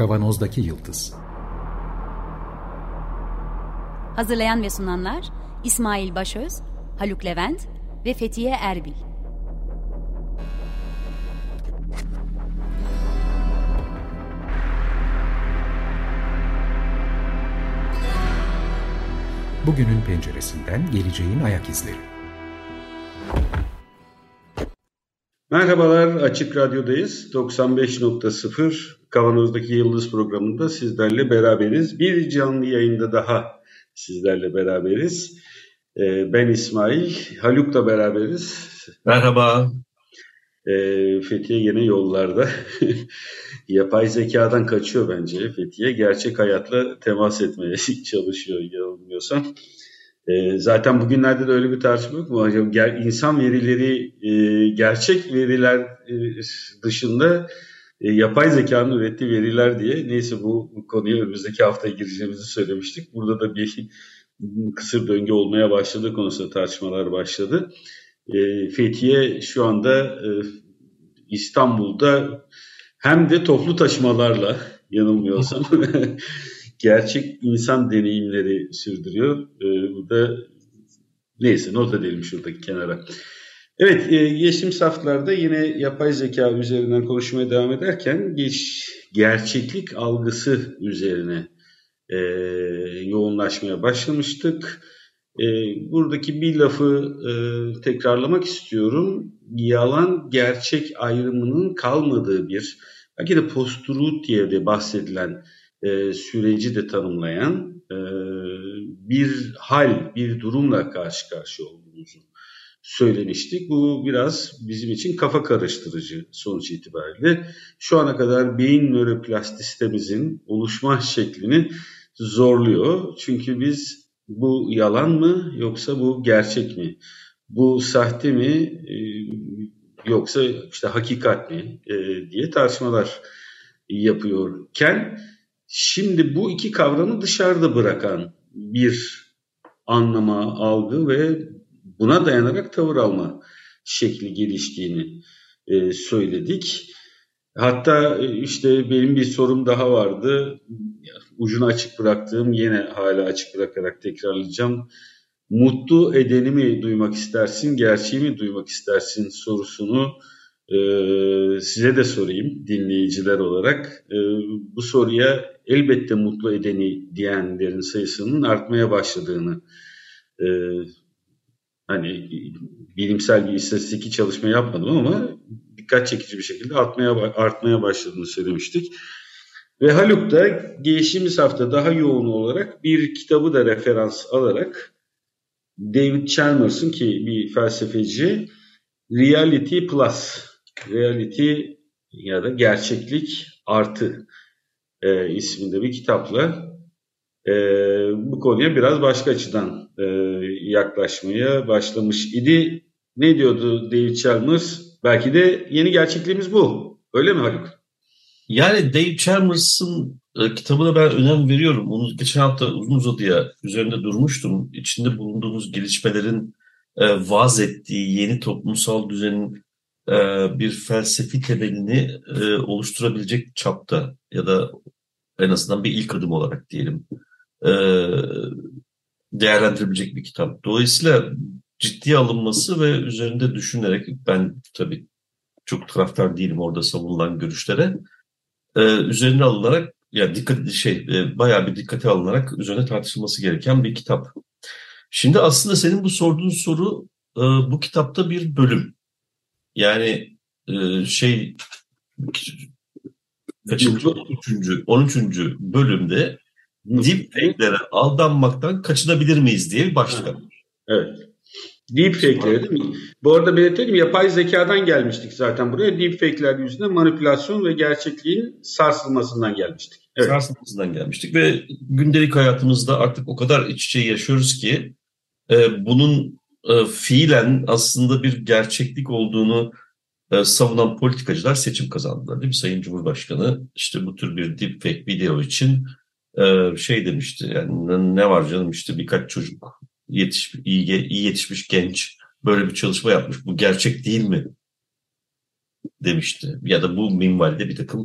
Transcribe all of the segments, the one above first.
Kavanozdaki Yıldız. Hazırlayan ve sunanlar İsmail Başöz, Haluk Levent ve Fethiye Erbil. Bugünün penceresinden geleceğin ayak izleri. Merhabalar, Açık Radyo'dayız. 95.0 Kavanoz'daki Yıldız programında sizlerle beraberiz. Bir canlı yayında daha sizlerle beraberiz. Ben İsmail, Haluk'la beraberiz. Merhaba. Fethiye yine yollarda. Yapay zekadan kaçıyor bence Fethiye. Gerçek hayatla temas etmeye çalışıyor yanılmıyorsam. Zaten bugünlerde de öyle bir tartışma yok mu? İnsan verileri gerçek veriler dışında yapay zekanın ürettiği veriler diye. Neyse bu konuya önümüzdeki hafta gireceğimizi söylemiştik. Burada da bir kısır döngü olmaya başladı konusunda tartışmalar başladı. Fethiye şu anda İstanbul'da hem de toplu taşımalarla yanılmıyorsam gerçek insan deneyimleri sürdürüyor. Bu da neyse not edelim şuradaki kenara. Evet, geçtiğimiz haftalarda yine yapay zeka üzerinden konuşmaya devam ederken gerçeklik algısı üzerine yoğunlaşmaya başlamıştık. Buradaki bir lafı tekrarlamak istiyorum. Yalan gerçek ayrımının kalmadığı bir, belki de post-truth diye de bahsedilen süreci de tanımlayan bir hal, bir durumla karşı karşıya olduğumuzu söylemiştik. Bu biraz bizim için kafa karıştırıcı sonuç itibariyle. Şu ana kadar beyin nöroplastistemizin oluşma şeklini zorluyor. Çünkü biz bu yalan mı yoksa bu gerçek mi? Bu sahte mi yoksa işte hakikat mi diye tartışmalar yapıyorken şimdi bu iki kavramı dışarıda bırakan bir anlama, algı ve buna dayanarak tavır alma şekli geliştiğini söyledik. Hatta işte benim bir sorum daha vardı. Ucunu açık bıraktığım, yine hala açık bırakarak tekrarlayacağım. Mutlu edeni mi duymak istersin, gerçeği mi duymak istersin sorusunu size de sorayım dinleyiciler olarak. Bu soruya elbette mutlu edeni diyenlerin sayısının artmaya başladığını, hani bilimsel bir istatistik çalışma yapmadım ama dikkat çekici bir şekilde artmaya başladığını söylemiştik. Ve Haluk da geçtiğimiz hafta daha yoğun olarak bir kitabı da referans alarak David Chalmers'ın, ki bir felsefeci, Reality Plus, Reality ya da Gerçeklik Artı isminde bir kitapla bu konuya biraz başka açıdan yaklaşmaya başlamış idi. Ne diyordu David Chalmers? Belki de yeni gerçekliğimiz bu. Öyle mi Haluk? Yani David Chalmers'ın kitabına ben önem veriyorum. Onu geçen hafta uzun uzadıya üzerinde durmuştum. İçinde bulunduğumuz gelişmelerin vaaz ettiği yeni toplumsal düzenin bir felsefi temelini oluşturabilecek çapta ya da en azından bir ilk adım olarak diyelim değerlendirebilecek bir kitap. Dolayısıyla ciddiye alınması ve üzerinde düşünerek, ben tabii çok taraftar değilim orada savunulan görüşlere, üzerine alınarak yani bayağı bir dikkate alınarak üzerine tartışılması gereken bir kitap. Şimdi aslında senin bu sorduğun soru bu kitapta bir bölüm. Yani 13. bölümde deepfake'lere aldanmaktan kaçınabilir miyiz diye bir başlık almış. Evet. Deepfake'lere değil mi? Bu arada belirtelim, yapay zekadan gelmiştik zaten buraya. Deepfake'ler yüzünden manipülasyon ve gerçekliğin sarsılmasından gelmiştik. Evet. Sarsılmasından gelmiştik ve gündelik hayatımızda artık o kadar iç içe yaşıyoruz ki bunun fiilen aslında bir gerçeklik olduğunu savunan politikacılar seçim kazandılar, değil mi? Sayın Cumhurbaşkanı işte bu tür bir deepfake video için demişti, yani ne var canım, işte birkaç çocuk iyi yetişmiş genç böyle bir çalışma yapmış, bu gerçek değil mi demişti. Ya da bu minvalde bir takım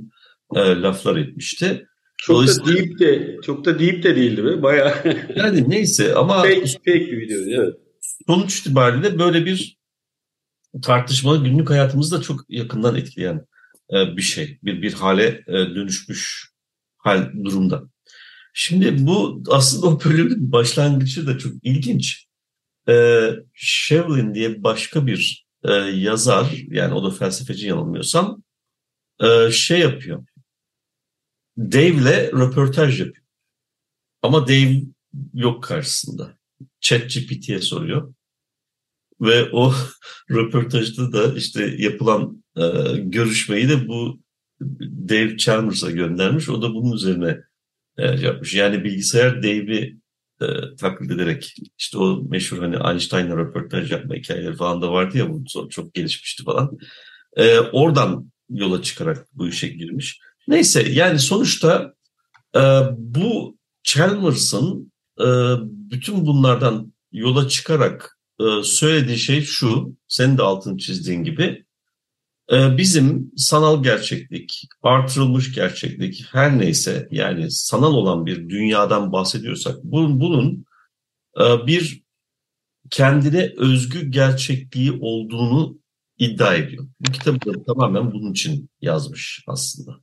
laflar etmişti. Çok da deep de değildi be. Bayağı yani neyse ama fake bir video. Evet. Sonuç itibariyle böyle bir tartışma günlük hayatımızda çok yakından etkileyen bir şey. Bir hale dönüşmüş durumda. Şimdi bu aslında o bölümün başlangıcı da çok ilginç. Shevlin diye başka bir yazar, yani o da felsefeci yanılmıyorsam, şey yapıyor. Dave'le röportaj yapıyor. Ama Dave yok karşısında. ChatGPT'ye soruyor. Ve o röportajda da işte yapılan görüşmeyi de bu Dave Chalmers'a göndermiş. O da bunun üzerine yapmış. Yani bilgisayar Dave'i taklit ederek, işte o meşhur hani Einstein'la röportaj yapma hikayeleri falan da vardı ya, bu sonra çok gelişmişti falan. Oradan yola çıkarak bu işe girmiş. Neyse, yani sonuçta bu Chalmers'ın bütün bunlardan yola çıkarak söylediği şey şu, senin de altını çizdiğin gibi, bizim sanal gerçeklik, artırılmış gerçeklik, her neyse, yani sanal olan bir dünyadan bahsediyorsak bunun bir kendine özgü gerçekliği olduğunu iddia ediyor. Bu kitabı da tamamen bunun için yazmış aslında.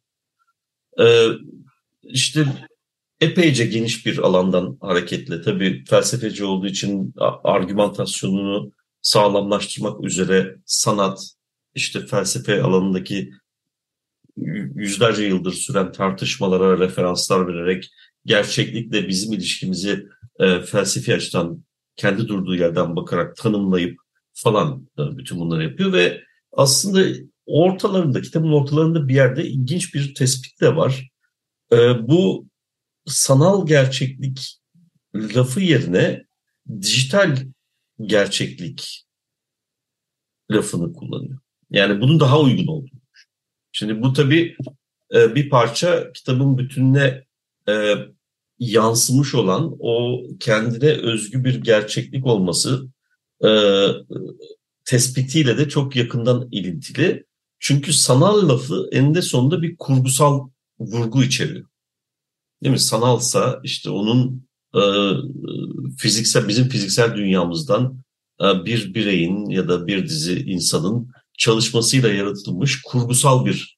İşte epeyce geniş bir alandan hareketle, tabii felsefeci olduğu için argümantasyonunu sağlamlaştırmak üzere sanat, işte felsefe alanındaki yüzlerce yıldır süren tartışmalara referanslar vererek gerçeklikle bizim ilişkimizi felsefi açıdan kendi durduğu yerden bakarak tanımlayıp falan bütün bunları yapıyor ve aslında kitabın ortalarında bir yerde ilginç bir tespit de var. Bu sanal gerçeklik lafı yerine dijital gerçeklik lafını kullanıyor. Yani bunun daha uygun olduğunu. Şimdi bu tabii bir parça kitabın bütününe yansımış olan o kendine özgü bir gerçeklik olması tespitiyle de çok yakından ilintili. Çünkü sanal lafı eninde sonunda bir kurgusal vurgu içeriyor. Değil mi? Sanalsa işte onun bizim fiziksel dünyamızdan bir bireyin ya da bir dizi insanın çalışmasıyla yaratılmış kurgusal bir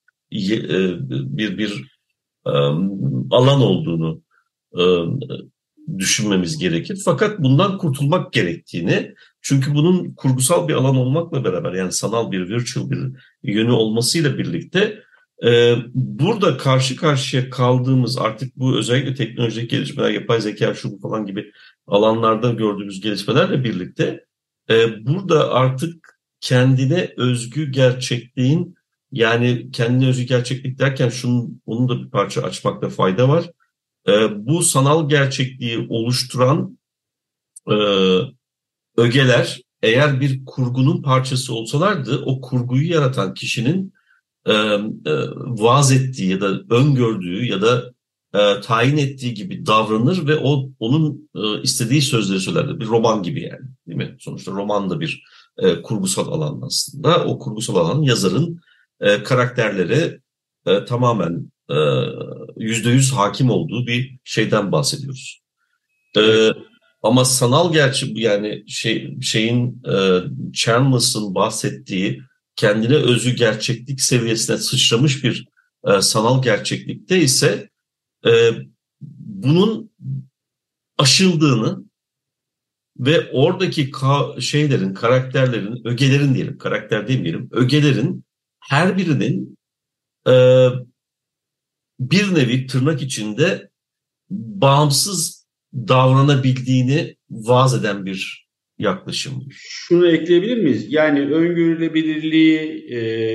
alan olduğunu düşünmemiz gerekir. Fakat bundan kurtulmak gerektiğini, çünkü bunun kurgusal bir alan olmakla beraber, yani sanal bir virtual bir yönü olmasıyla birlikte burada karşı karşıya kaldığımız, artık bu özellikle teknolojik gelişmeler, yapay zeka, şu bu falan gibi alanlarda gördüğümüz gelişmelerle birlikte burada artık kendine özgü gerçekliğin, yani kendine özgü gerçeklik derken onu da bir parça açmakta fayda var. Bu sanal gerçekliği oluşturan ögeler eğer bir kurgunun parçası olsalardı, o kurguyu yaratan kişinin vaaz ettiği ya da öngördüğü ya da tayin ettiği gibi davranır ve onun istediği sözleri söylerdi. Bir roman gibi yani, değil mi? Sonuçta roman da bir kurgusal alan aslında. O kurgusal alan yazarın karakterlere tamamen %100 hakim olduğu bir şeyden bahsediyoruz. Ama sanal yani Chalmers'ın bahsettiği kendine özgü gerçeklik seviyesine sıçramış bir sanal gerçeklikte ise bunun aşıldığını ve oradaki karakterlerin, ögelerin diyelim, karakter demeyelim, ögelerin her birinin bir nevi tırnak içinde bağımsız davranabildiğini vaaz eden bir yaklaşım. Şunu ekleyebilir miyiz? Yani öngörülebilirliği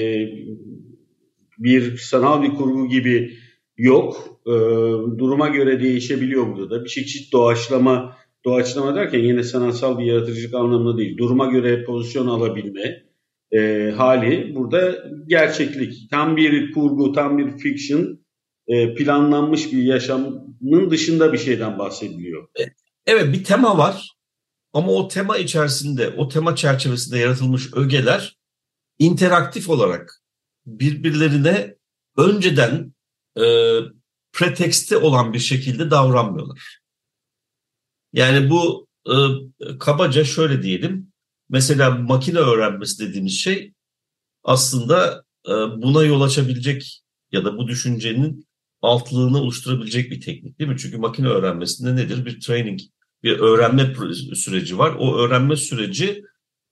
bir sanal bir kurgu gibi yok. Duruma göre değişebiliyor burada da. Bir çeşit doğaçlama derken yine sanatsal bir yaratıcılık anlamında değil. Duruma göre pozisyon alabilme hali burada gerçeklik. Tam bir kurgu, tam bir fiction, planlanmış bir yaşamın dışında bir şeyden bahsediliyor. Evet, bir tema var ama o tema içerisinde, o tema çerçevesinde yaratılmış ögeler interaktif olarak birbirlerine önceden pretekste olan bir şekilde davranmıyorlar. Yani bu kabaca şöyle diyelim. Mesela makine öğrenmesi dediğimiz şey aslında buna yol açabilecek ya da bu düşüncenin altlığını oluşturabilecek bir teknik, değil mi? Çünkü makine öğrenmesinde nedir? Bir training, bir öğrenme süreci var. O öğrenme süreci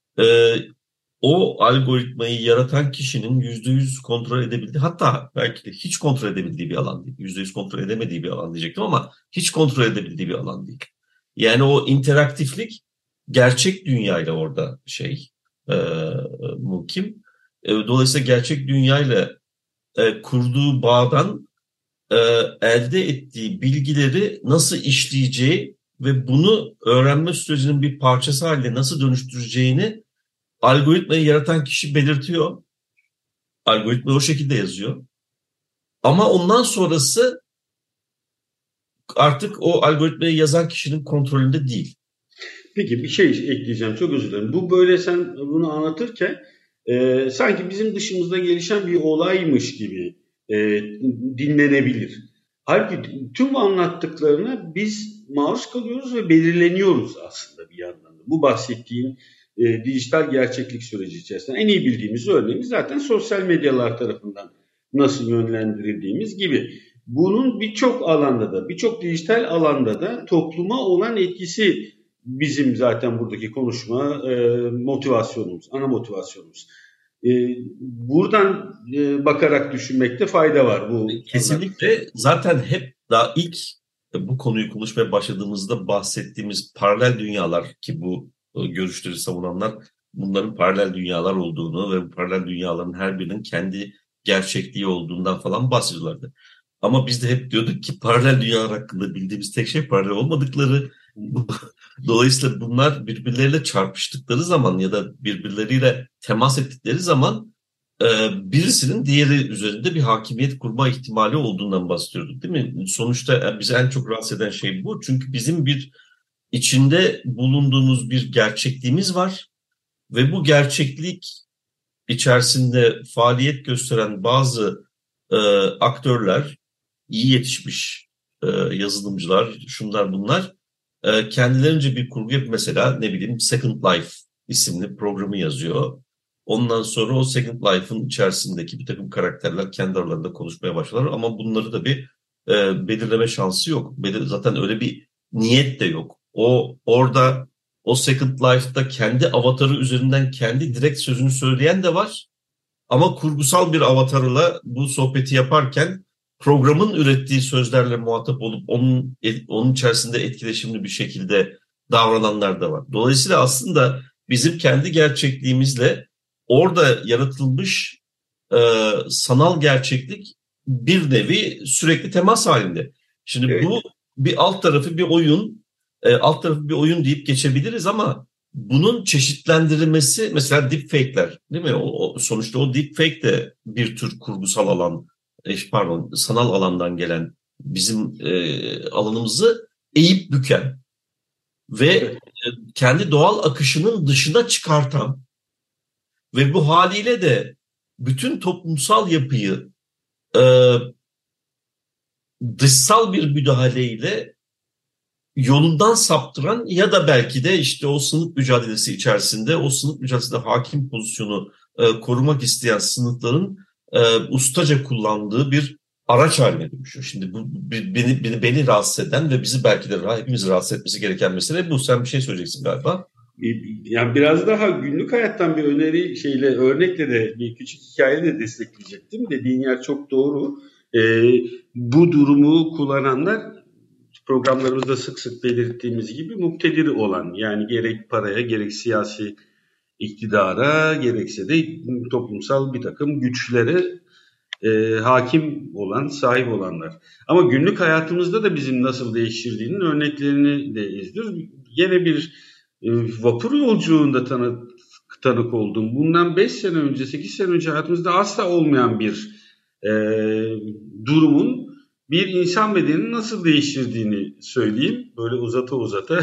o algoritmayı yaratan kişinin %100 kontrol edebildiği, hatta belki de hiç kontrol edebildiği bir alan değil. %100 kontrol edemediği bir alan diyecektim ama hiç kontrol edebildiği bir alan değil. Yani o interaktiflik gerçek dünyayla orada muhkim. Dolayısıyla gerçek dünyayla kurduğu bağdan elde ettiği bilgileri nasıl işleyeceği ve bunu öğrenme sürecinin bir parçası haline nasıl dönüştüreceğini algoritmayı yaratan kişi belirtiyor. Algoritma o şekilde yazıyor. Ama ondan sonrası artık o algoritmayı yazan kişinin kontrolünde değil. Peki bir şey ekleyeceğim, çok özür dilerim. Bu böyle sen bunu anlatırken sanki bizim dışımızda gelişen bir olaymış gibi dinlenebilir. Halbuki tüm anlattıklarına biz maruz kalıyoruz ve belirleniyoruz aslında bir yandan da. Bu bahsettiğin dijital gerçeklik süreci içerisinde en iyi bildiğimiz örneğimiz zaten sosyal medyalar tarafından nasıl yönlendirildiğimiz gibi. Bunun birçok alanda da, birçok dijital alanda da topluma olan etkisi bizim zaten buradaki konuşma motivasyonumuz, ana motivasyonumuz. Buradan bakarak düşünmekte fayda var. Kesinlikle. Zaten hep daha ilk bu konuyu konuşmaya başladığımızda bahsettiğimiz paralel dünyalar, ki bu görüşleri savunanlar bunların paralel dünyalar olduğunu ve bu paralel dünyaların her birinin kendi gerçekliği olduğundan falan bahsediyorlardı. Ama biz de hep diyorduk ki paralel dünyalar hakkında bildiğimiz tek şey paralel olmadıkları. Dolayısıyla bunlar birbirleriyle çarpıştıkları zaman ya da birbirleriyle temas ettikleri zaman birisinin diğeri üzerinde bir hakimiyet kurma ihtimali olduğundan bahsediyorduk, değil mi? Sonuçta bizi en çok rahatsız eden şey bu. Çünkü bizim bir içinde bulunduğumuz bir gerçekliğimiz var ve bu gerçeklik içerisinde faaliyet gösteren bazı aktörler, iyi yetişmiş yazılımcılar, şunlar bunlar kendilerince bir kurgu yapıp mesela ne bileyim Second Life isimli programı yazıyor. Ondan sonra o Second Life'ın içerisindeki bir takım karakterler kendi aralarında konuşmaya başlarlar ama bunları da bir belirleme şansı yok. Zaten öyle bir niyet de yok. Orada o Second Life'da kendi avatarı üzerinden kendi direkt sözünü söyleyen de var. Ama kurgusal bir avatarla bu sohbeti yaparken programın ürettiği sözlerle muhatap olup onun içerisinde etkileşimli bir şekilde davrananlar da var. Dolayısıyla aslında bizim kendi gerçekliğimizle orada yaratılmış sanal gerçeklik bir nevi sürekli temas halinde. Şimdi evet. Bu bir alt tarafı bir oyun deyip geçebiliriz ama bunun çeşitlendirilmesi mesela deepfake'ler, değil mi? Sonuçta o deepfake de bir tür kurgusal alan, sanal alandan gelen bizim alanımızı eğip büken ve kendi doğal akışının dışına çıkartan ve bu haliyle de bütün toplumsal yapıyı dışsal bir müdahaleyle yolundan saptıran ya da belki de işte o sınıf mücadelesi içerisinde o sınıf mücadelesinde hakim pozisyonu korumak isteyen sınıfların ustaca kullandığı bir araç haline dönüşüyor. Şimdi bu beni rahatsız eden ve bizi belki de hepimizi rahatsız etmesi gereken mesele bu. Sen bir şey söyleyeceksin galiba. Yani biraz daha günlük hayattan bir örnekle de bir küçük hikayeyle de destekleyecektim. Dediğin yer çok doğru. Bu durumu kullananlar programlarımızda sık sık belirttiğimiz gibi muktedir olan, yani gerek paraya gerek siyasi iktidara gerekse de toplumsal bir takım güçlere hakim olan, sahip olanlar. Ama günlük hayatımızda da bizim nasıl değiştirdiğinin örneklerini de izliyoruz. Yine bir vapur yolculuğunda tanık oldum. Bundan 5 sene önce, 8 sene önce hayatımızda asla olmayan bir durumun bir insan bedenini nasıl değiştirdiğini söyleyeyim. Böyle uzata.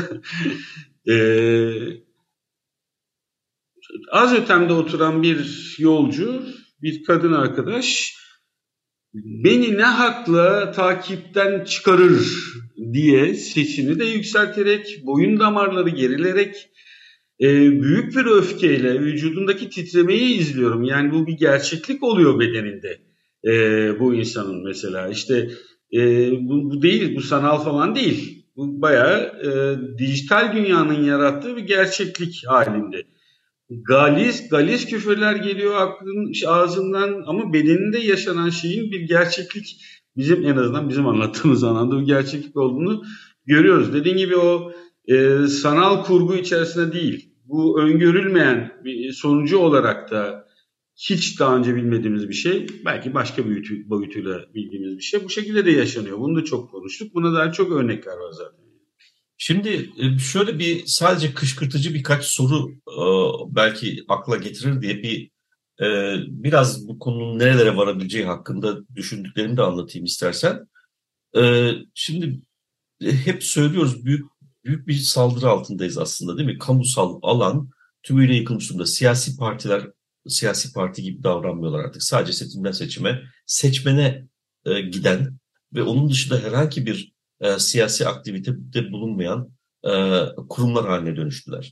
Az ötemde oturan bir yolcu, bir kadın arkadaş beni ne hakla takipten çıkarır diye sesini de yükselterek, boyun damarları gerilerek, büyük bir öfkeyle vücudundaki titremeyi izliyorum. Yani bu bir gerçeklik oluyor bedeninde bu insanın mesela. İşte bu değil, bu sanal falan değil. Bu bayağı dijital dünyanın yarattığı bir gerçeklik halinde. Galis küfürler geliyor aklın ağzından ama bedeninde yaşanan şeyin bir gerçeklik, bizim en azından bizim anlattığımız anlamda bir gerçeklik olduğunu görüyoruz. Dediğim gibi o sanal kurgu içerisinde değil. Bu öngörülmeyen bir sonucu olarak da hiç daha önce bilmediğimiz bir şey. Belki başka bir boyutuyla bildiğimiz bir şey. Bu şekilde de yaşanıyor. Bunu da çok konuştuk. Buna dair çok örnekler var zaten. Şimdi şöyle bir sadece kışkırtıcı birkaç soru belki akla getirir diye biraz bu konunun nerelere varabileceği hakkında düşündüklerimi de anlatayım istersen. Şimdi hep söylüyoruz büyük bir saldırı altındayız aslında, değil mi? Kamusal alan tümüyle yıkılmış durumda. Siyasi partiler siyasi parti gibi davranmıyorlar artık. Sadece seçimden seçime, seçmene giden ve onun dışında herhangi bir siyasi aktivitede bulunmayan kurumlar haline dönüştüler.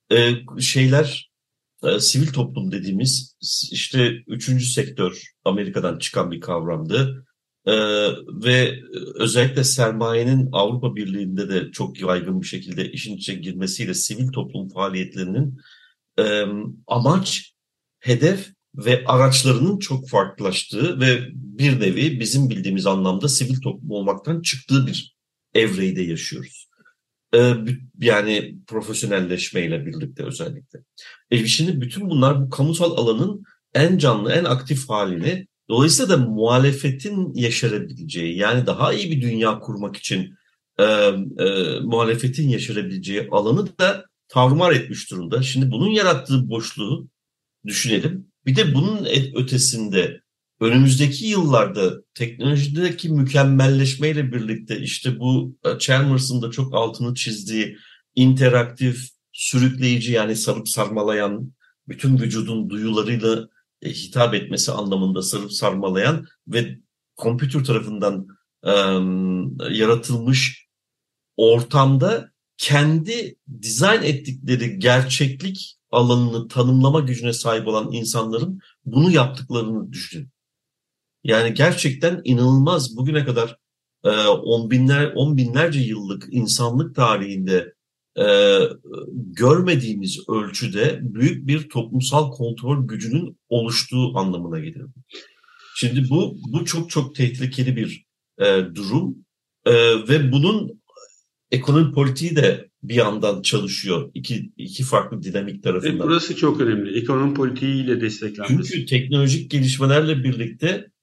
Sivil toplum dediğimiz işte üçüncü sektör Amerika'dan çıkan bir kavramdı. Ve özellikle sermayenin Avrupa Birliği'nde de çok yaygın bir şekilde işin içine girmesiyle sivil toplum faaliyetlerinin amaç, hedef ve araçlarının çok farklılaştığı ve bir nevi bizim bildiğimiz anlamda sivil toplum olmaktan çıktığı bir evreyi de yaşıyoruz. Yani profesyonelleşmeyle birlikte özellikle. Şimdi bütün bunlar bu kamusal alanın en canlı, en aktif halini, dolayısıyla da muhalefetin yeşerebileceği, yani daha iyi bir dünya kurmak için muhalefetin yeşerebileceği alanı da tarumar etmiş durumda. Şimdi bunun yarattığı boşluğu düşünelim. Bir de bunun ötesinde önümüzdeki yıllarda teknolojideki mükemmelleşmeyle birlikte işte bu Chalmers'ın da çok altını çizdiği interaktif, sürükleyici, yani sarıp sarmalayan, bütün vücudun duyularıyla hitap etmesi anlamında sarıp sarmalayan ve kompütür tarafından yaratılmış ortamda kendi dizayn ettikleri gerçeklik alanını tanımlama gücüne sahip olan insanların bunu yaptıklarını düşünün. Yani gerçekten inanılmaz, bugüne kadar on binlerce yıllık insanlık tarihinde görmediğimiz ölçüde büyük bir toplumsal kontrol gücünün oluştuğu anlamına gelir. Şimdi bu çok çok tehlikeli bir durum ve bunun ekonomi politiği de bir yandan çalışıyor. İki farklı dinamik tarafından. Burası çok önemli. Ekonomi politiğiyle desteklenmesi. Çünkü teknolojik gelişmelerle birlikte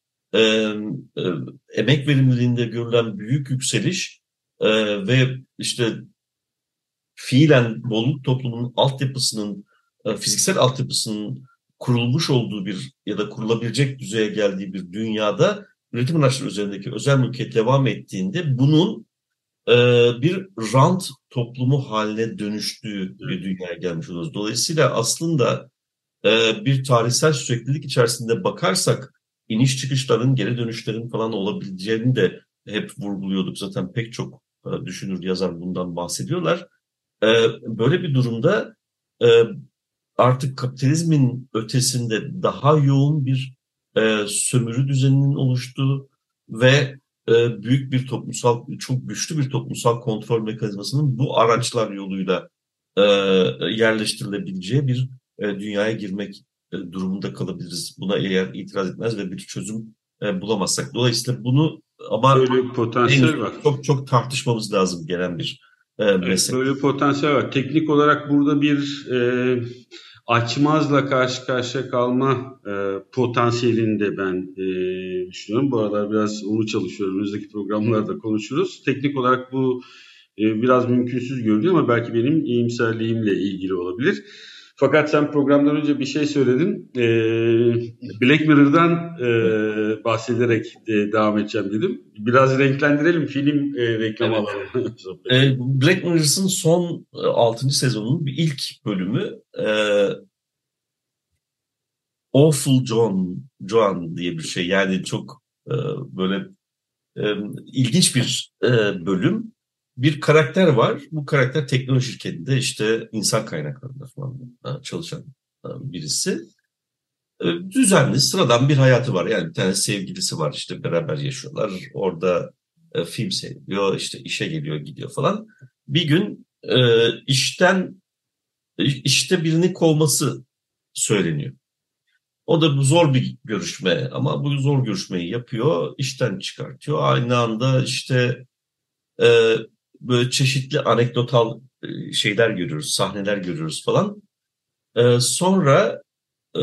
emek verimliliğinde görülen büyük yükseliş ve işte fiilen bolluk toplumunun altyapısının, fiziksel altyapısının kurulmuş olduğu bir ya da kurulabilecek düzeye geldiği bir dünyada üretim araçları üzerindeki özel mülkiyet devam ettiğinde bunun bir rant toplumu haline dönüştüğü bir dünyaya gelmiş oluruz. Dolayısıyla aslında bir tarihsel süreklilik içerisinde bakarsak iniş çıkışların, geri dönüşlerin falan olabileceğini de hep vurguluyorduk. Zaten pek çok düşünür, yazar bundan bahsediyorlar. Böyle bir durumda artık kapitalizmin ötesinde daha yoğun bir sömürü düzeninin oluştuğu ve büyük bir toplumsal, çok güçlü bir toplumsal kontrol mekanizmasının bu araçlar yoluyla yerleştirilebileceği bir dünyaya girmek durumunda kalabiliriz. Buna eğer itiraz etmez ve bir çözüm bulamazsak. Dolayısıyla bunu ama böyle bir potansiyel var. Çok çok tartışmamız lazım gelen bir mesele. Böyle bir potansiyel var. Teknik olarak burada bir açmazla karşı karşıya kalma potansiyelini de ben düşünüyorum. Bu aralar biraz onu çalışıyorum. Önümüzdeki programlarda konuşuruz. Teknik olarak bu biraz mümkünsüz görünüyor ama belki benim iyimserliğimle ilgili olabilir. Fakat sen programdan önce bir şey söyledin. Black Mirror'dan bahsederek devam edeceğim dedim. Biraz renklendirelim, film reklam alalım. Black Mirror'ın son 6. sezonunun bir ilk bölümü Awful John diye bir şey. Yani çok Böyle ilginç bir bölüm. Bir karakter var. Bu karakter teknoloji şirketinde işte insan kaynaklarında falan çalışan birisi. Düzenli, sıradan bir hayatı var. Yani bir tane sevgilisi var, işte beraber yaşıyorlar. Orada film seyrediyor, işte işe geliyor, gidiyor falan. Bir gün işte birini kovması söyleniyor. O da bu zor bir görüşme ama bu zor görüşmeyi yapıyor, işten çıkartıyor. Aynı anda işte e, böyle çeşitli anekdotal şeyler görüyoruz, sahneler görüyoruz falan. Sonra e,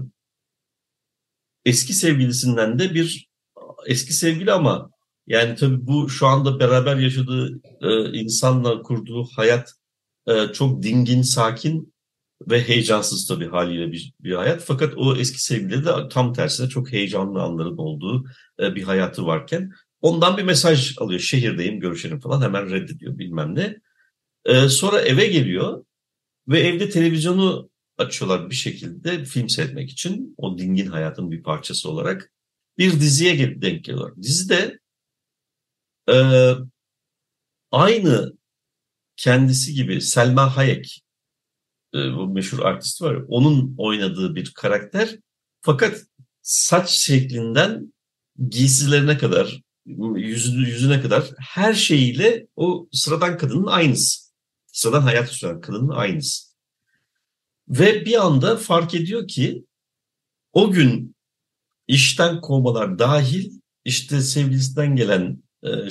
eski sevgilisinden de eski sevgili ama yani tabii bu şu anda beraber yaşadığı insanla kurduğu hayat çok dingin, sakin ve heyecansız tabii haliyle bir hayat. Fakat o eski sevgili de tam tersine çok heyecanlı anların olduğu bir hayatı varken ondan bir mesaj alıyor. Şehirdeyim, görüşelim falan, hemen reddediyor bilmem ne. Sonra eve geliyor ve evde televizyonu açıyorlar bir şekilde film seyretmek için. O dingin hayatın bir parçası olarak bir diziye denk geliyorlar. Dizide e, aynı kendisi gibi Selma Hayek, bu meşhur artist var ya, onun oynadığı bir karakter. Fakat saç şeklinden giysilerine kadar, yüzüne kadar her şeyiyle o sıradan kadının aynısı. Sıradan hayat süren kadının aynısı. Ve bir anda fark ediyor ki o gün işten kovmalar dahil işte sevgilisinden gelen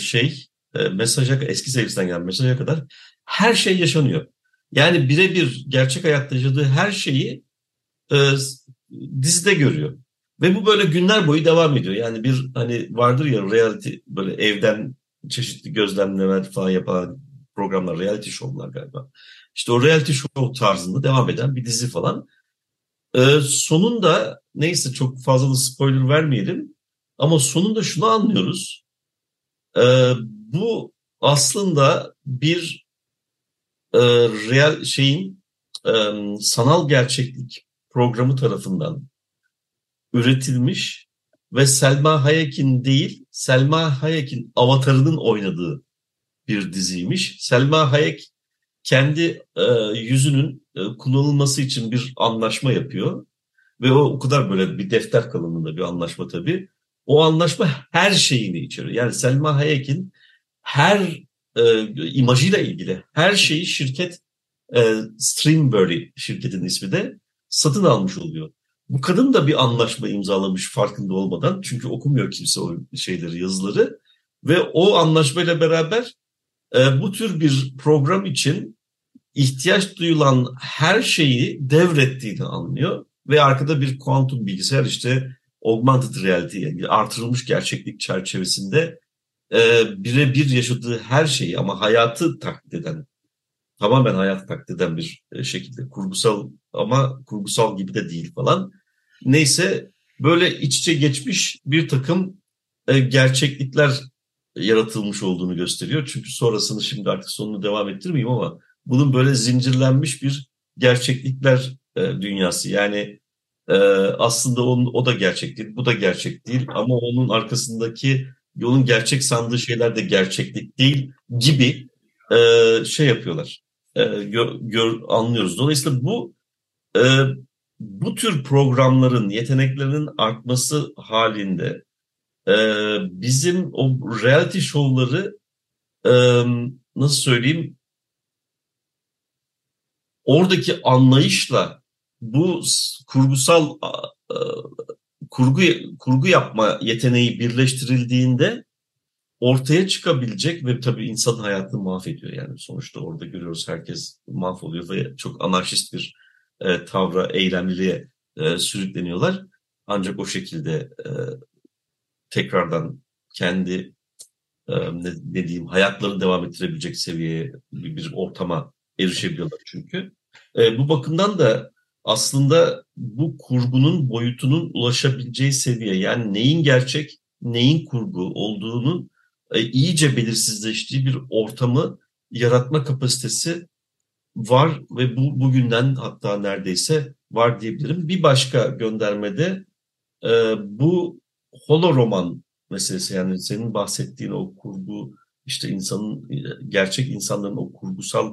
eski sevgilisinden gelen mesaja kadar her şey yaşanıyor. Yani birebir gerçek hayatta yaşadığı her şeyi e, dizide görüyor. Ve bu böyle günler boyu devam ediyor. Yani bir hani vardır ya reality, böyle evden çeşitli gözlemlemeler falan yapan programlar, reality show'lar galiba. İşte o reality show tarzında devam eden bir dizi falan. Sonunda neyse çok fazla da spoiler vermeyelim. Ama sonunda şunu anlıyoruz. Bu aslında bir real e, sanal gerçeklik programı tarafından üretilmiş ve Selma Hayek'in değil, Selma Hayek'in avatarının oynadığı bir diziymiş. Selma Hayek kendi yüzünün kullanılması için bir anlaşma yapıyor. Ve o kadar böyle bir defter kalınlığında bir anlaşma tabii. O anlaşma her şeyini içeriyor. Yani Selma Hayek'in her imajıyla ilgili her şeyi şirket, Streamberry şirketin ismi de, satın almış oluyor. Bu kadın da bir anlaşma imzalamış farkında olmadan. Çünkü okumuyor kimse o şeyleri, yazıları. Ve o anlaşmayla beraber bu tür bir program için ihtiyaç duyulan her şeyi devrettiğini anlıyor. Ve arkada bir kuantum bilgisayar, işte augmented reality, yani artırılmış gerçeklik çerçevesinde birebir yaşadığı her şeyi ama hayatı taklit eden, tamamen hayatı taklit eden bir şekilde, kurgusal ama kurgusal gibi de değil falan. Neyse, böyle iç içe geçmiş bir takım gerçeklikler yaratılmış olduğunu gösteriyor. Çünkü sonrasını, şimdi artık sonunu devam ettirmeyeyim ama bunun böyle zincirlenmiş bir gerçeklikler dünyası. Yani aslında o da gerçek değil, bu da gerçek değil ama onun arkasındaki yolun gerçek sandığı şeyler de gerçeklik değil gibi şey yapıyorlar. Anlıyoruz. Dolayısıyla e, bu tür programların yeteneklerinin artması halinde e, bizim o reality show'ları, e, nasıl söyleyeyim, oradaki anlayışla bu kurgusal e, kurgu yapma yeteneği birleştirildiğinde ortaya çıkabilecek ve tabii insanın hayatını mahvediyor. Yani sonuçta orada görüyoruz, herkes mahvoluyor ve çok anarşist bir tavra, eylemliliğe sürükleniyorlar. Ancak o şekilde tekrardan kendi ne diyeyim, hayatlarını devam ettirebilecek seviyeye, bir ortama erişebiliyorlar çünkü. Bu bakımdan da aslında bu kurgunun boyutunun ulaşabileceği seviye, yani neyin gerçek, neyin kurgu olduğunun iyice belirsizleştiği bir ortamı yaratma kapasitesi var ve bu bugünden hatta neredeyse var diyebilirim. Bir başka göndermede bu holoroman meselesi. Yani senin bahsettiğin o kurgu, işte gerçek insanların o kurgusal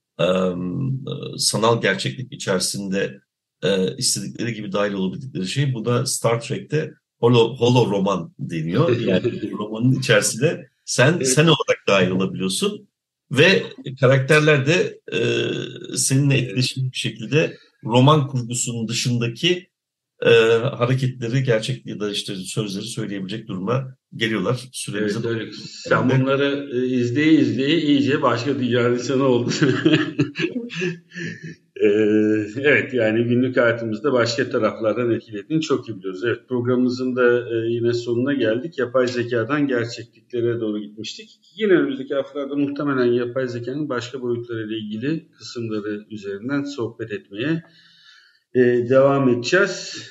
sanal gerçeklik içerisinde istedikleri gibi dahil olabildikleri şey. Bu da Star Trek'te holo roman deniyor. Yani romanın içerisinde sen olarak dahil olabiliyorsun ve karakterler de seninle etkileşimli bir şekilde roman kurgusunun dışındaki hareketleri, gerçekliği da işte sözleri söyleyebilecek duruma geliyorlar. Süremize Evet, öyle. Sen bunları izleye iyice başka dünyanın insanı oldun. Evet, yani günlük hayatımızda başka taraflardan etkilediğini çok iyi biliyoruz. Evet, programımızın da yine sonuna geldik. Yapay zekadan gerçekliklere doğru gitmiştik. Yine önümüzdeki haftalarda muhtemelen yapay zekanın başka boyutlarıyla ilgili kısımları üzerinden sohbet etmeye devam edeceğiz.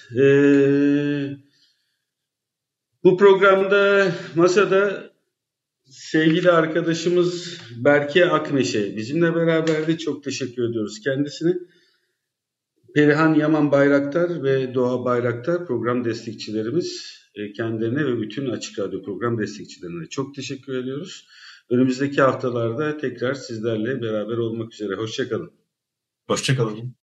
Bu programda masada sevgili arkadaşımız Berke Akmeşe bizimle beraberdi. Çok teşekkür ediyoruz kendisine. Perihan Yaman Bayraktar ve Doğa Bayraktar program destekçilerimiz, kendilerine ve bütün Açık Radyo program destekçilerine çok teşekkür ediyoruz. Önümüzdeki haftalarda tekrar sizlerle beraber olmak üzere. Hoşça kalın. Hoşça kalın.